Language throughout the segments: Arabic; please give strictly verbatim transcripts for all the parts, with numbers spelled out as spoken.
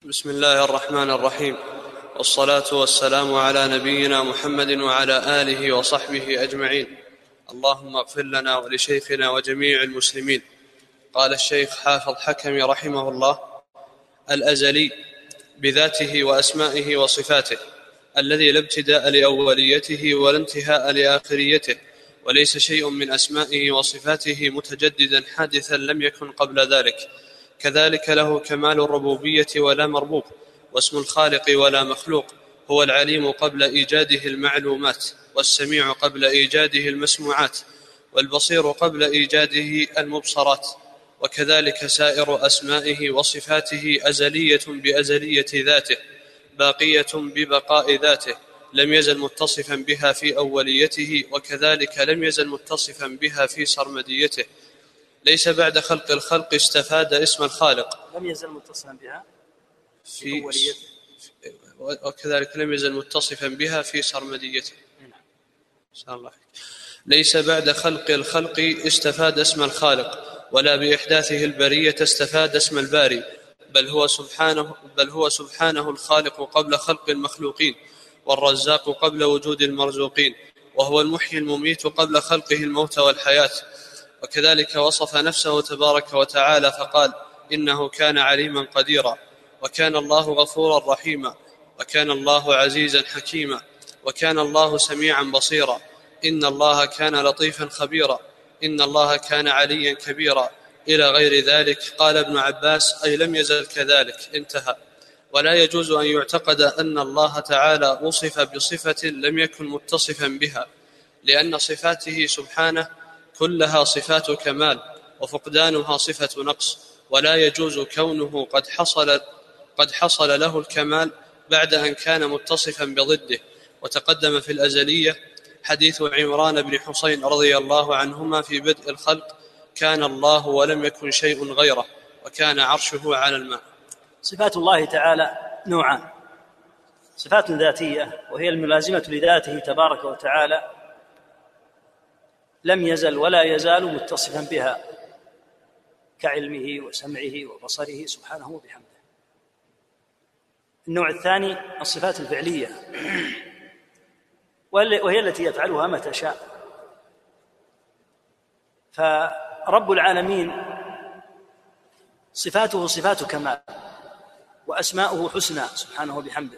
بسم الله الرحمن الرحيم، والصلاة والسلام على نبينا محمد وعلى آله وصحبه أجمعين. اللهم اغفر لنا ولشيخنا وجميع المسلمين. قال الشيخ حافظ حكمي رحمه الله: الأزلي بذاته وأسمائه وصفاته، الذي لا ابتداء لأوليته ولا انتهاء لآخريته، وليس شيء من أسمائه وصفاته متجددا حادثا لم يكن قبل ذلك. كذلك له كمال الربوبية ولا مربوب، واسم الخالق ولا مخلوق. هو العليم قبل إيجاده المعلومات، والسميع قبل إيجاده المسموعات، والبصير قبل إيجاده المبصرات. وكذلك سائر أسمائه وصفاته أزلية بأزلية ذاته، باقية ببقاء ذاته، لم يزل متصفا بها في أوليته، وكذلك لم يزل متصفا بها في سرمديته. ليس بعد خلق الخلق استفاد اسم الخالق، لم يزل متصفا بها في أوليته، وكذلك لم يزل متصفا بها في سرمديته. الله. ليس بعد خلق الخلق استفاد اسم الخالق، ولا بإحداثه البرية استفاد اسم الباري، بل هو سبحانه بل هو سبحانه الخالق قبل خلق المخلوقين، والرزاق قبل وجود المرزوقين، وهو المحيي المميت قبل خلقه الموت والحياة. وكذلك وصف نفسه تبارك وتعالى فقال: إنه كان عليما قديرا، وكان الله غفورا رحيما، وكان الله عزيزا حكيما، وكان الله سميعا بصيرا، إن الله كان لطيفا خبيرا، إن الله كان عليا كبيرا، إلى غير ذلك. قال ابن عباس: أي لم يزل كذلك. انتهى. ولا يجوز أن يعتقد أن الله تعالى وصف بصفة لم يكن متصفا بها، لأن صفاته سبحانه كلها صفات كمال، وفقدانها صفة نقص، ولا يجوز كونه قد حصل, قد حصل له الكمال بعد أن كان متصفا بضده. وتقدم في الأزلية حديث عمران بن حسين رضي الله عنهما في بدء الخلق: كان الله ولم يكن شيء غيره، وكان عرشه على الماء. صفات الله تعالى نوعان: صفات ذاتية وهي الملازمة لذاته تبارك وتعالى، لم يزل ولا يزال متصفا بها، كعلمه وسمعه وبصره سبحانه وبحمده. النوع الثاني الصفات الفعلية، وهي التي يفعلها متى شاء. فرب العالمين صفاته صفات كمال، وأسماؤه حسنى سبحانه وبحمده،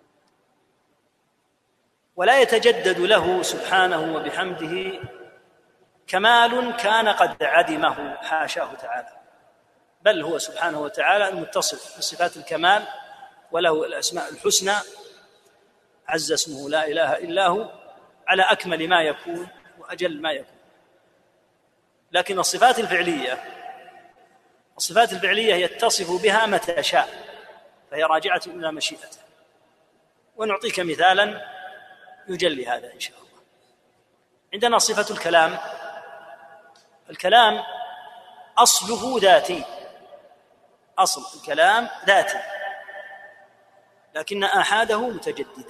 ولا يتجدد له سبحانه وبحمده كمال كان قد عدمه، حاشاه تعالى، بل هو سبحانه وتعالى المتصف بصفات الكمال، وله الأسماء الحسنى، عز اسمه لا إله إلا هو، على أكمل ما يكون وأجل ما يكون. لكن الصفات الفعلية الصفات الفعلية يتصف بها متى شاء، فهي راجعة إلى مشيئته. ونعطيك مثالا يجلي هذا إن شاء الله. عندنا صفة الكلام. الكلام أصله ذاتي، أصل الكلام ذاتي، لكن آحاده متجددة.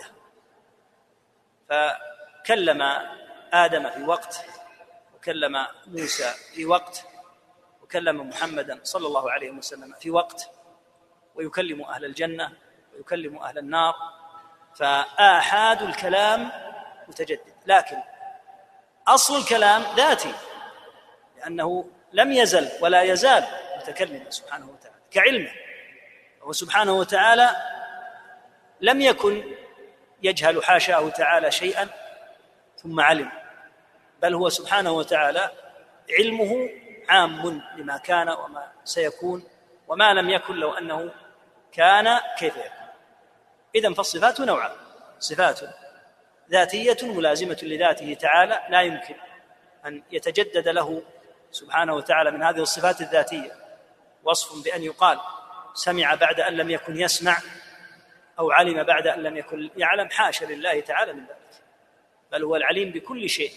فكلم آدم في وقت، وكلم موسى في وقت، وكلم محمدا صلى الله عليه وسلم في وقت، ويكلم أهل الجنة ويكلم أهل النار. فآحاد الكلام متجدد، لكن أصل الكلام ذاتي، لأنه لم يزل ولا يزال متكلما سبحانه وتعالى، كعلمه. وهو سبحانه وتعالى لم يكن يجهل حاشاه تعالى شيئا ثم علم، بل هو سبحانه وتعالى علمه عام لما كان وما سيكون وما لم يكن لو أنه كان كيف يكون. إذن فالصفات نوعان: صفات ذاتية ملازمة لذاته تعالى، لا يمكن أن يتجدد له سبحانه وتعالى من هذه الصفات الذاتية وصف بأن يقال سمع بعد أن لم يكن يسمع، أو علم بعد أن لم يكن يعلم، حاشا لله تعالى من ذلك، بل هو العليم بكل شيء،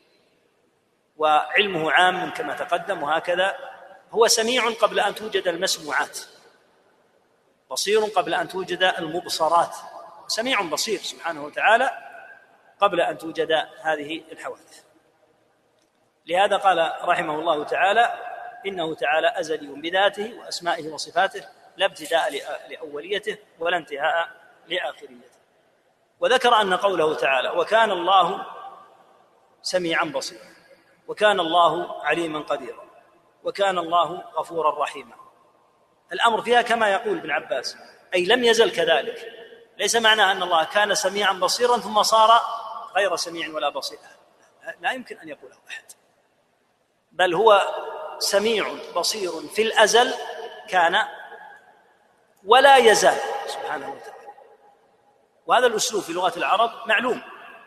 وعلمه عام كما تقدم. وهكذا هو سميع قبل أن توجد المسموعات، بصير قبل أن توجد المبصرات، سميع بصير سبحانه وتعالى قبل أن توجد هذه الحوادث. لهذا قال رحمه الله تعالى: إنه تعالى أزلي بذاته وأسمائه وصفاته، لا ابتداء لأوليته ولا انتهاء لآخريته. وذكر أن قوله تعالى وكان الله سميعا بصيرا وكان الله عليما قديرا وكان الله غفورا رحيما، الأمر فيها كما يقول ابن عباس، أي لم يزل كذلك. ليس معناه أن الله كان سميعا بصيرا ثم صار غير سميع ولا بصير، لا يمكن أن يقوله أحد، بل هو سميع بصير في الأزل كان ولا يزال سبحانه وتعالى. وهذا الأسلوب في لغة العرب معلوم.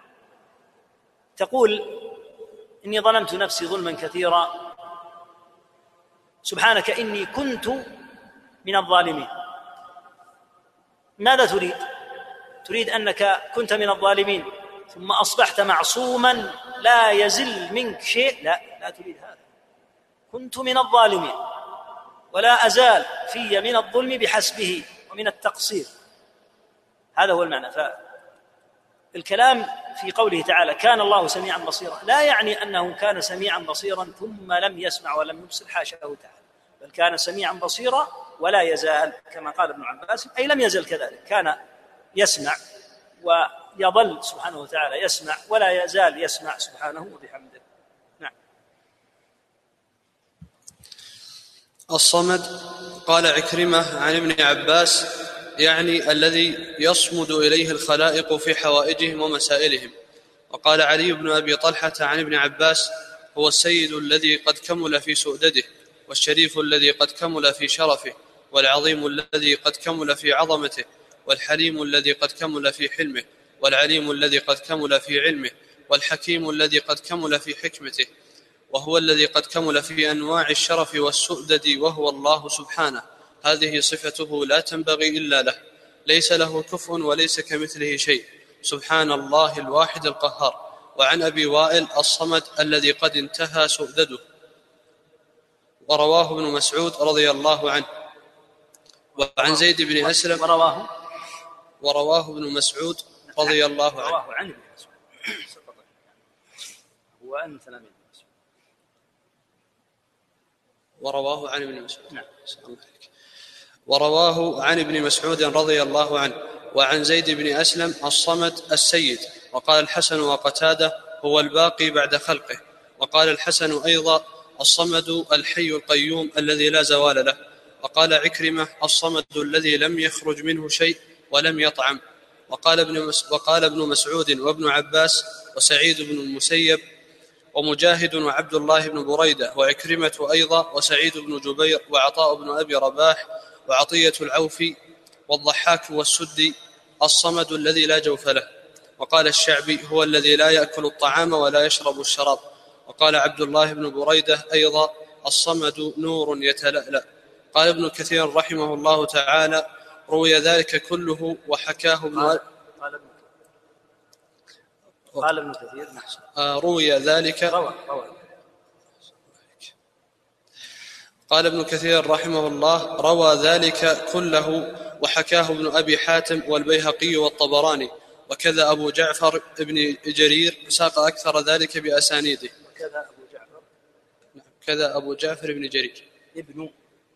تقول إني ظلمت نفسي ظلما كثيرا سبحانك إني كنت من الظالمين. ماذا تريد؟ تريد أنك كنت من الظالمين ثم أصبحت معصوما لا يزل منك شيء؟ لا، لا تريد هذا. كنت من الظالمين ولا أزال في من الظلم بحسبه ومن التقصير، هذا هو المعنى. فالكلام في قوله تعالى كان الله سميعا بصيرا لا يعني أنه كان سميعا بصيرا ثم لم يسمع ولم يبصر، حاشاه تعالى، بل كان سميعا بصيرا ولا يزال كما قال ابن عباس، أي لم يزل كذلك، كان يسمع ويظل سبحانه وتعالى يسمع ولا يزال يسمع سبحانه وبحمده. نعم. الصمد. قال عكرمة عن ابن عباس يعني الذي يصمد إليه الخلائق في حوائجهم ومسائلهم. وقال علي بن أبي طلحة عن ابن عباس هو السيد الذي قد كمل في سؤدده، والشريف الذي قد كمل في شرفه، والعظيم الذي قد كمل في عظمته، والحليم الذي قد كمل في حلمه، والعليم الذي قد كمل في علمه، والحكيم الذي قد كمل في حكمته، وهو الذي قد كمل في أنواع الشرف والسؤدد، وهو الله سبحانه. هذه صفته لا تنبغي إلا له، ليس له كفء وليس كمثله شيء، سبحان الله الواحد القهار. وعن أبي وائل الصمد الذي قد انتهى سؤدده. ورواه ابن مسعود رضي الله عنه. وعن زيد بن أسلم ورواه ورواه ابن مسعود رضي الله عنه. رواه عن ابن مسعود وأن تلاميذ مسعود ورواه عن ابن مسعود. نعم. ورواه عن ابن مسعود رضي الله عنه. وعن زيد بن أسلم الصمد السيد. وقال الحسن وقتادة هو الباقي بعد خلقه. وقال الحسن أيضا الصمد الحي القيوم الذي لا زوال له. وقال عكرمة الصمد الذي لم يخرج منه شيء ولم يطعم. وقال ابن, مس وقال ابن مسعود وابن عباس وسعيد بن المسيب ومجاهد وعبد الله بن بريدة وعكرمة أيضا وسعيد بن جبير وعطاء بن أبي رباح وعطية العوفي والضحاك والسدي الصمد الذي لا جوف له. وقال الشعبي هو الذي لا يأكل الطعام ولا يشرب الشراب. وقال عبد الله بن بريدة أيضا الصمد نور يتلألأ. قال ابن كثير رحمه الله تعالى روي ذلك كله وحكاه ابن قال قال ابن كثير روي ذلك روى روى قال ابن كثير رحمه الله روى ذلك كله وحكاه ابن أبي حاتم والبيهقي والطبراني، وكذا أبو جعفر ابن جرير ساق أكثر ذلك بأسانيده. وكذا أبو جعفر كذا أبو جعفر ابن جرير ابن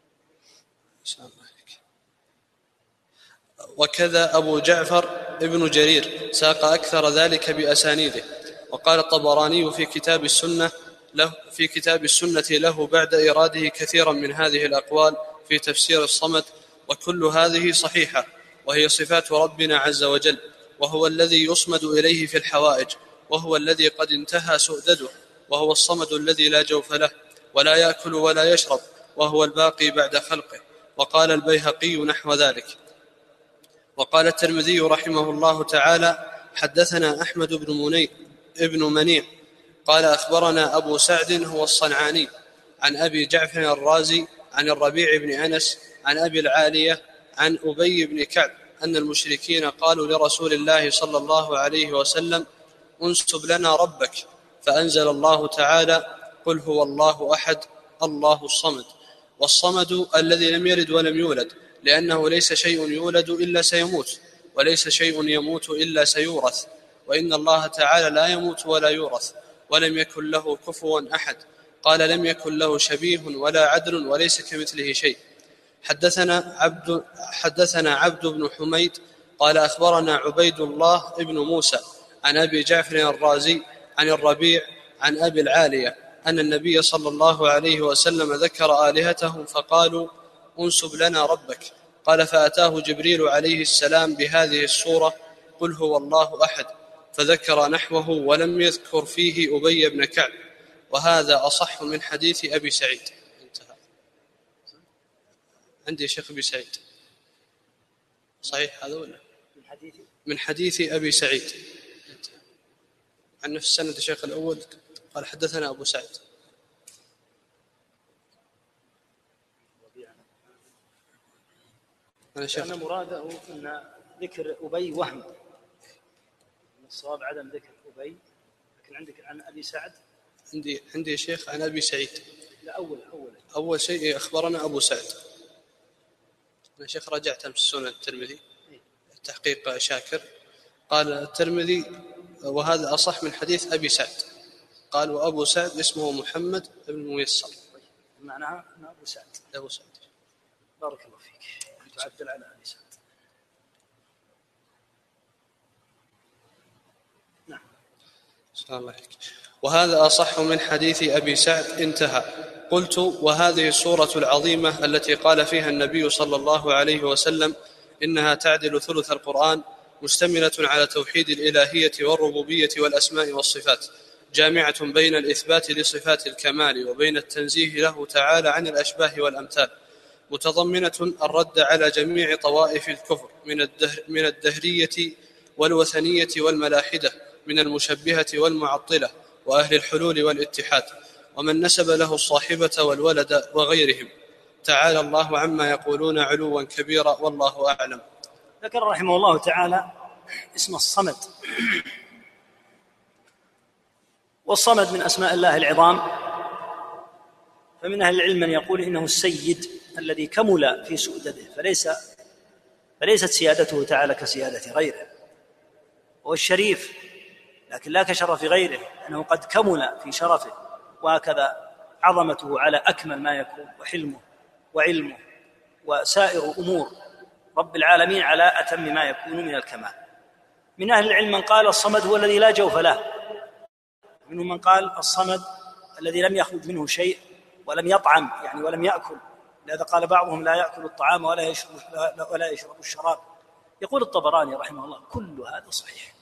وكذا أبو جعفر ابن جرير ساق أكثر ذلك بأسانيده. وقال الطبراني في كتاب السنة له في كتاب السنة له بعد إراده كثيرا من هذه الأقوال في تفسير الصمد، وكل هذه صحيحة، وهي صفات ربنا عز وجل، وهو الذي يصمد إليه في الحوائج، وهو الذي قد انتهى سؤدده، وهو الصمد الذي لا جوف له ولا يأكل ولا يشرب، وهو الباقي بعد خلقه. وقال البيهقي نحو ذلك. وقال الترمذي رحمه الله تعالى حدثنا أحمد بن مني ابن منيع قال أخبرنا أبو سعد هو الصنعاني عن أبي جعفر الرازي عن الربيع بن أنس عن أبي العالية عن أبي بن كعب أن المشركين قالوا لرسول الله صلى الله عليه وسلم انسب لنا ربك، فأنزل الله تعالى قل هو الله أحد الله الصمد. والصمد الذي لم يلد ولم يولد، لأنه ليس شيء يولد إلا سيموت، وليس شيء يموت إلا سيورث، وإن الله تعالى لا يموت ولا يورث، ولم يكن له كفوا أحد. قال لم يكن له شبيه ولا عدل وليس كمثله شيء. حدثنا عبد حدثنا عبد بن حميد قال أخبرنا عبيد الله ابن موسى عن أبي جعفر الرازي عن الربيع عن أبي العالية أن النبي صلى الله عليه وسلم ذكر آلهتهم فقالوا انسب لنا ربك. قال فأتاه جبريل عليه السلام بهذه السورة قل هو الله أحد، فذكر نحوه ولم يذكر فيه أبي بن كعب، وهذا أصح من حديث أبي سعيد. انتهى. عندي شيخ أبي سعيد صحيح هذا ولا من حديث من حديث أبي سعيد عن نفس السند الشيخ الأول قال حدثنا أبو سعد. أنا شيخ أن مراده أن ذكر أبي وهم، الصواب عدم ذكر أبي، لكن عندك عن أبي سعد. عندي عندي شيخ عن أبي سعيد. لا أول أول أول شيء أخبرنا أبو سعد. أنا شيخ رجعت أمس سنن الترمذي تحقيق شاكر قال الترمذي وهذا أصح من حديث أبي سعد، قال وأبو سعد اسمه محمد بن ميسر. معناها أن أبو سعد. أبو سعد. بارك الله فيك. تعدل على أبي سعد. نعم. صلى الله عليك. وهذا أصح من حديث أبي سعد. انتهى. قلت وهذه السورة العظيمة التي قال فيها النبي صلى الله عليه وسلم إنها تعدل ثلث القرآن مشتملة على توحيد الإلهية والربوبية والأسماء والصفات، جامعة بين الإثبات لصفات الكمال وبين التنزيه له تعالى عن الأشباه والأمثال، متضمنة الرد على جميع طوائف الكفر من الدهر من الدهرية والوثنية والملاحدة، من المشبهة والمعطلة وأهل الحلول والاتحاد، ومن نسب له الصاحبة والولد وغيرهم. تعالى الله عما يقولون علوا كبيرا والله أعلم. ذكر رحمه الله تعالى اسم الصمد، والصمد من أسماء الله العظام، فمن أهل العلم من يقول إنه السيد الذي كمل في سؤدده، فليس فليست سيادته تعالى كسيادة غيره، هو الشريف لكن لا كشرف غيره، أنه قد كمل في شرفه، وهكذا عظمته على أكمل ما يكون، وحلمه وعلمه وسائر أمور رب العالمين على أتم ما يكون من الكمال. من أهل العلم من قال الصمد هو الذي لا جوف له، منهم من قال الصمد الذي لم يخرج منه شيء ولم يطعم يعني ولم يأكل، لذا قال بعضهم لا يأكل الطعام ولا يشرب, ولا يشرب الشراب. يقول الطبراني رحمه الله كل هذا صحيح.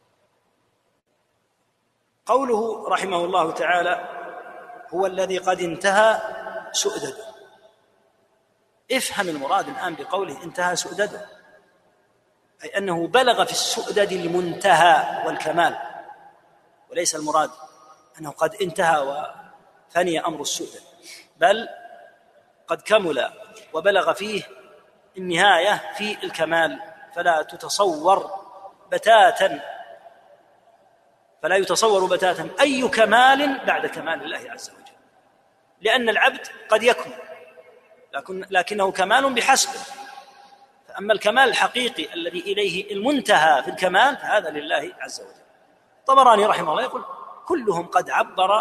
قوله رحمه الله تعالى هو الذي قد انتهى سؤدده، افهم المراد الآن بقوله انتهى سؤدده، أي أنه بلغ في السؤدد المنتهى والكمال، وليس المراد أنه قد انتهى وفني أمر السؤدد، بل قد كمل وبلغ فيه النهاية في الكمال، فلا تتصور بتاتا فلا يتصور بتاتا أي كمال بعد كمال الله عز وجل، لأن العبد قد يكمل لكن لكنه كمال بحسبه، فأما الكمال الحقيقي الذي إليه المنتهى في الكمال فهذا لله عز وجل. طبراني رحمه الله يقول كلهم قد عبر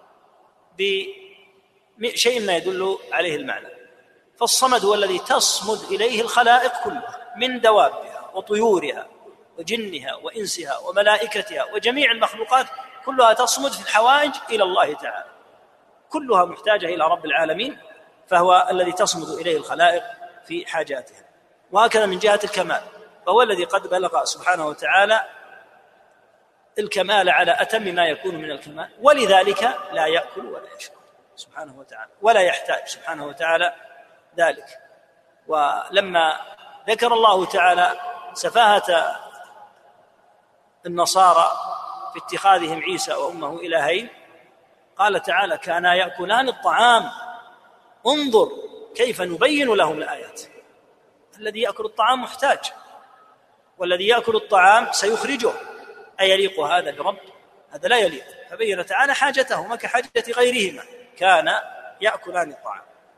بشيء ما يدل عليه المعنى، فالصمد هو الذي تصمد إليه الخلائق كلها من دوابها وطيورها وجنها وإنسها وملائكتها وجميع المخلوقات، كلها تصمد في الحوائج إلى الله تعالى، كلها محتاجة إلى رب العالمين، فهو الذي تصمد إليه الخلائق في حاجاتها. وهكذا من جهة الكمال فهو الذي قد بلغ سبحانه وتعالى الكمال على أتم ما يكون من الكمال، ولذلك لا يأكل ولا يشرب سبحانه وتعالى، ولا يحتاج سبحانه وتعالى ذلك. ولما ذكر الله تعالى سفاهة النصارى في اتخاذهم عيسى وأمه إلهين قال تعالى كانا يأكلان الطعام انظر كيف نبين لهم الآيات. الذي يأكل الطعام محتاج، والذي يأكل الطعام سيخرجه، أيليق هذا برب؟ هذا لا يليق، فبين تعالى حاجتهما كحاجة غيرهما، كان يأكلان الطعام.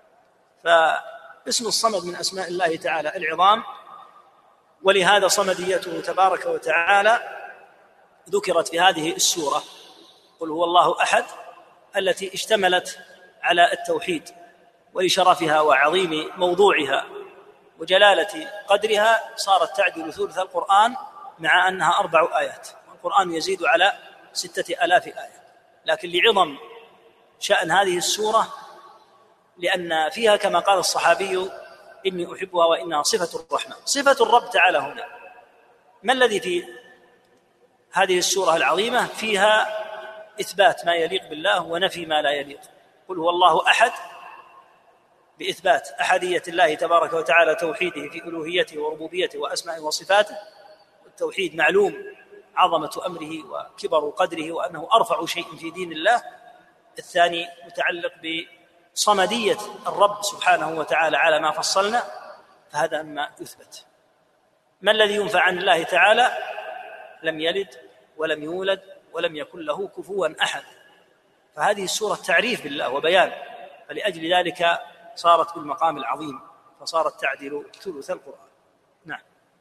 فاسم الصمد من أسماء الله تعالى العظام، ولهذا صمديته تبارك وتعالى ذكرت في هذه السورة قل هو الله أحد، التي اشتملت على التوحيد ولشرفها وعظيم موضوعها وجلالة قدرها صارت تعدل ثلث القرآن، مع أنها أربع آيات، والقرآن يزيد على ستة آلاف آية، لكن لعظم شأن هذه السورة، لأن فيها كما قال الصحابي إني أحبها وإنها صفة الرحمن، صفة الرب تعالى هنا. ما الذي في هذه السورة العظيمة؟ فيها إثبات ما يليق بالله ونفي ما لا يليق. قل هو الله أحد بإثبات أحدية الله تبارك وتعالى، توحيده في ألوهيته وربوبيته وأسمائه وصفاته، والتوحيد معلوم عظمة أمره وكبر قدره وأنه أرفع شيء في دين الله. الثاني متعلق بصمدية الرب سبحانه وتعالى على ما فصلنا، فهذا ما يثبت. ما الذي ينفع عن الله تعالى؟ لم يلد ولم يولد ولم يكن له كفوا أحد، فهذه السورة تعريف بالله وبيان، فلأجل ذلك صارت بالمقام العظيم، فصارت تعدل ثلث القرآن. نعم.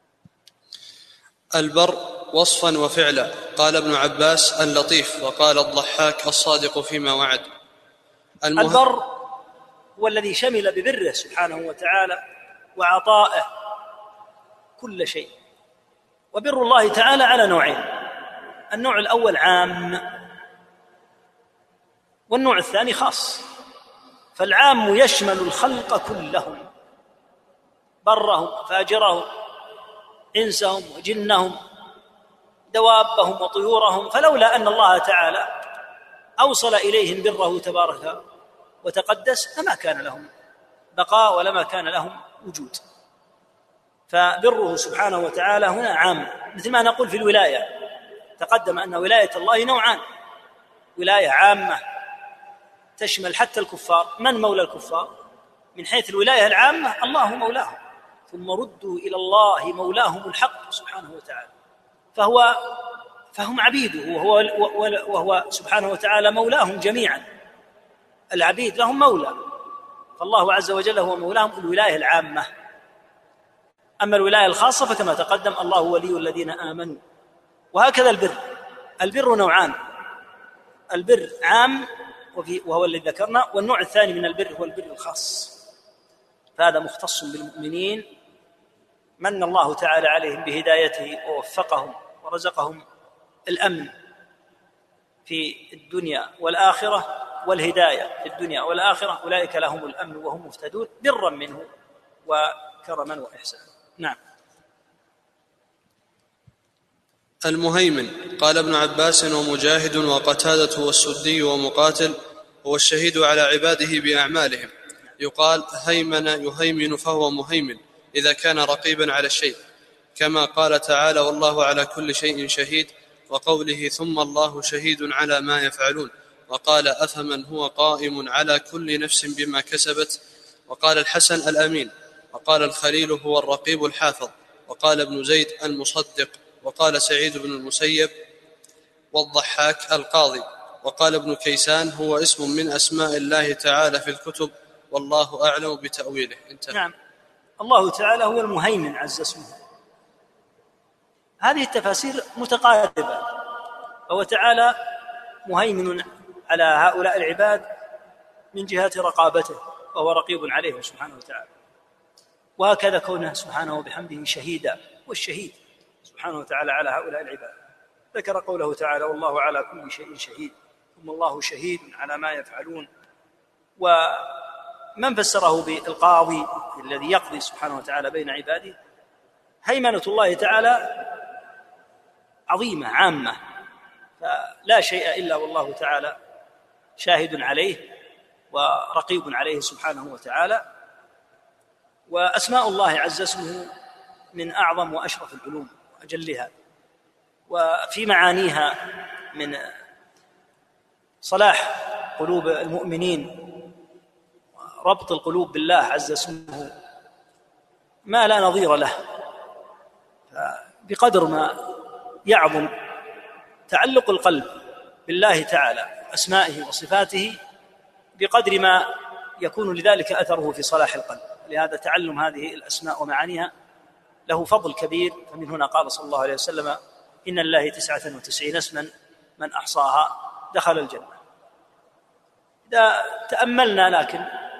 البر وصفا وفعلا. قال ابن عباس اللطيف، وقال الضحاك الصادق فيما وعد. المه... البر هو الذي شمل ببره سبحانه وتعالى وعطائه كل شيء. وبر الله تعالى على نوعين: النوع الأول عام، والنوع الثاني خاص. فالعام يشمل الخلق كلهم، برهم فاجرهم، إنسهم وجنهم، دوابهم وطيورهم، فلولا أن الله تعالى أوصل إليهم بره تبارك وتقدس لما كان لهم بقاء ولما كان لهم وجود. فبره سبحانه وتعالى هنا عام، مثل ما نقول في الولاية، تقدم أن ولاية الله نوعان: ولاية عامة تشمل حتى الكفار. من مولى الكفار؟ من حيث الولاية العامة الله مولاهم، ثم ردوا إلى الله مولاهم الحق سبحانه وتعالى، فهو فهم عبيده، وهو, وهو سبحانه وتعالى مولاهم جميعا. العبيد لهم مولى، فالله عز وجل هو مولاهم الولاية العامة. أما الولاية الخاصة فكما تقدم الله ولي الذين آمنوا. وهكذا البر، البر نوعان: البر عام وهو الذي ذكرنا، والنوع الثاني من البر هو البر الخاص، فهذا مختص بالمؤمنين، من الله تعالى عليهم بهدايته ووفقهم ورزقهم الأمن في الدنيا والآخرة والهداية في الدنيا والآخرة، أولئك لهم الأمن وهم مهتدون، برا منه وكرما وإحسانا. نعم. المهيمن. قال ابن عباس ومجاهد وقتادة والسدي ومقاتل: هو الشهيد على عباده بأعمالهم. يقال هيمن يهيمن فهو مهيمن إذا كان رقيبا على الشيء، كما قال تعالى: والله على كل شيء شهيد، وقوله: ثم الله شهيد على ما يفعلون، وقال: أفمن هو قائم على كل نفس بما كسبت، وقال الحسن: الأمين، وقال الخليل: هو الرقيب الحافظ، وقال ابن زيد: المصدق، وقال سعيد بن المسيب والضحاك: القاضي، وقال ابن كيسان: هو اسم من أسماء الله تعالى في الكتب، والله أعلم بتأويله. انتهى. نعم. الله تعالى هو المهيمن عز اسمه. هذه التفاسير متقاربة، فهو تعالى مهيمن على هؤلاء العباد من جهة رقابته، وهو رقيب عليهم سبحانه وتعالى، وهكذا كونه سبحانه وبحمده شهيدا، والشهيد سبحانه وتعالى على هؤلاء العباد. ذكر قوله تعالى: والله على كل شيء شهيد، ثم الله شهيد على ما يفعلون. ومن فسره بالقاضي الذي يقضي سبحانه وتعالى بين عباده، هيمنة الله تعالى عظيمة عامة، فلا شيء إلا والله تعالى شاهد عليه ورقيب عليه سبحانه وتعالى. وأسماء الله عز اسمه من أعظم وأشرف العلوم وأجلها، وفي معانيها من صلاح قلوب المؤمنين وربط القلوب بالله عز اسمه ما لا نظير له. بقدر ما يعظم تعلق القلب بالله تعالى أسمائه وصفاته، بقدر ما يكون لذلك أثره في صلاح القلب. لهذا تعلم هذه الأسماء ومعانيها له فضل كبير. فمن هنا قال صلى الله عليه وسلم: إن الله تسعة وتسعين اسما من أحصاها دخل الجنة. إذا تأملنا لكن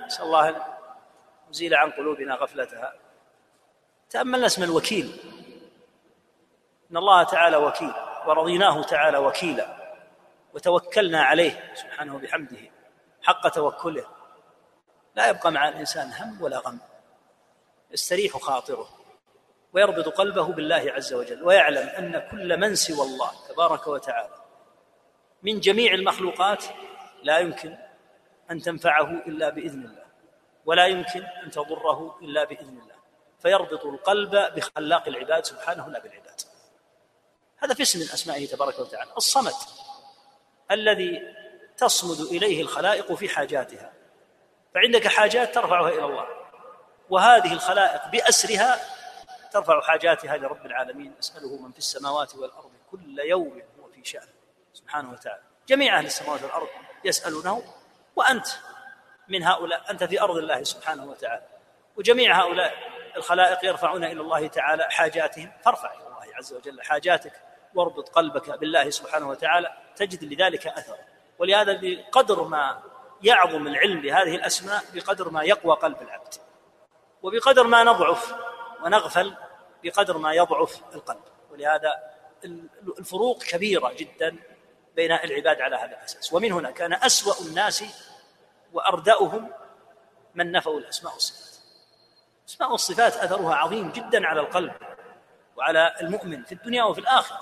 نسأل الله أن يزيل عن قلوبنا غفلتها. تأملنا اسم الوكيل، إن الله تعالى وكيل، ورضيناه تعالى وكيلا، وتوكلنا عليه سبحانه بحمده حق توكله. لا يبقى مع الإنسان هم ولا غم، يستريح خاطره ويربط قلبه بالله عز وجل، ويعلم أن كل من سوى الله تبارك وتعالى من جميع المخلوقات لا يمكن أن تنفعه إلا بإذن الله، ولا يمكن أن تضره إلا بإذن الله، فيربط القلب بخلاق العباد سبحانه لا بالعباد. هذا في اسم من أسمائه تبارك وتعالى. الصمد الذي تصمد إليه الخلائق في حاجاتها، فعندك حاجات ترفعها إلى الله، وهذه الخلائق بأسرها ترفع حاجاتها لرب العالمين. أسأله من في السماوات والأرض كل يوم هو في شأن سبحانه وتعالى. جميع أهل السماوات والأرض يسألونه، وأنت من هؤلاء، أنت في أرض الله سبحانه وتعالى، وجميع هؤلاء الخلائق يرفعون إلى الله تعالى حاجاتهم، فارفع إلى الله عز وجل حاجاتك واربط قلبك بالله سبحانه وتعالى، تجد لذلك أثر. ولهذا بقدر ما يعظم العلم بهذه الأسماء بقدر ما يقوى قلب العبد، وبقدر ما نضعف ونغفل بقدر ما يضعف القلب. ولهذا الفروق كبيرة جدا بين العباد على هذا الأساس. ومن هنا كان أسوأ الناس وأردأهم من نفوا الأسماء والصفات. الأسماء والصفات أثرها عظيم جدا على القلب وعلى المؤمن في الدنيا وفي الآخرة.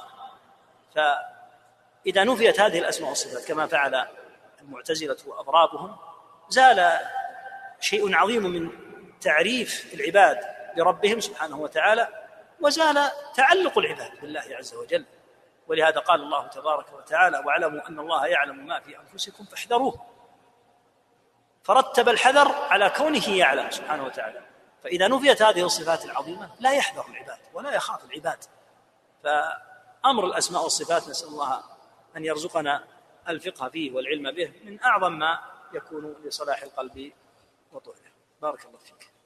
فإذا نفيت هذه الأسماء والصفات كما فعل المعتزلة وأضرابهم، زال شيء عظيم من تعريف العباد بربهم سبحانه وتعالى، وزال تعلق العباد بالله عز وجل. ولهذا قال الله تبارك وتعالى: واعلموا أن الله يعلم ما في أنفسكم فاحذروه. فرتب الحذر على كونه يعلم سبحانه وتعالى. فإذا نفيت هذه الصفات العظيمة لا يحذر العباد ولا يخاف العباد. فأمر الأسماء والصفات نسأل الله أن يرزقنا الفقه فيه والعلم به من أعظم ما يكون لصلاح القلب وطهره. بارك الله فيك.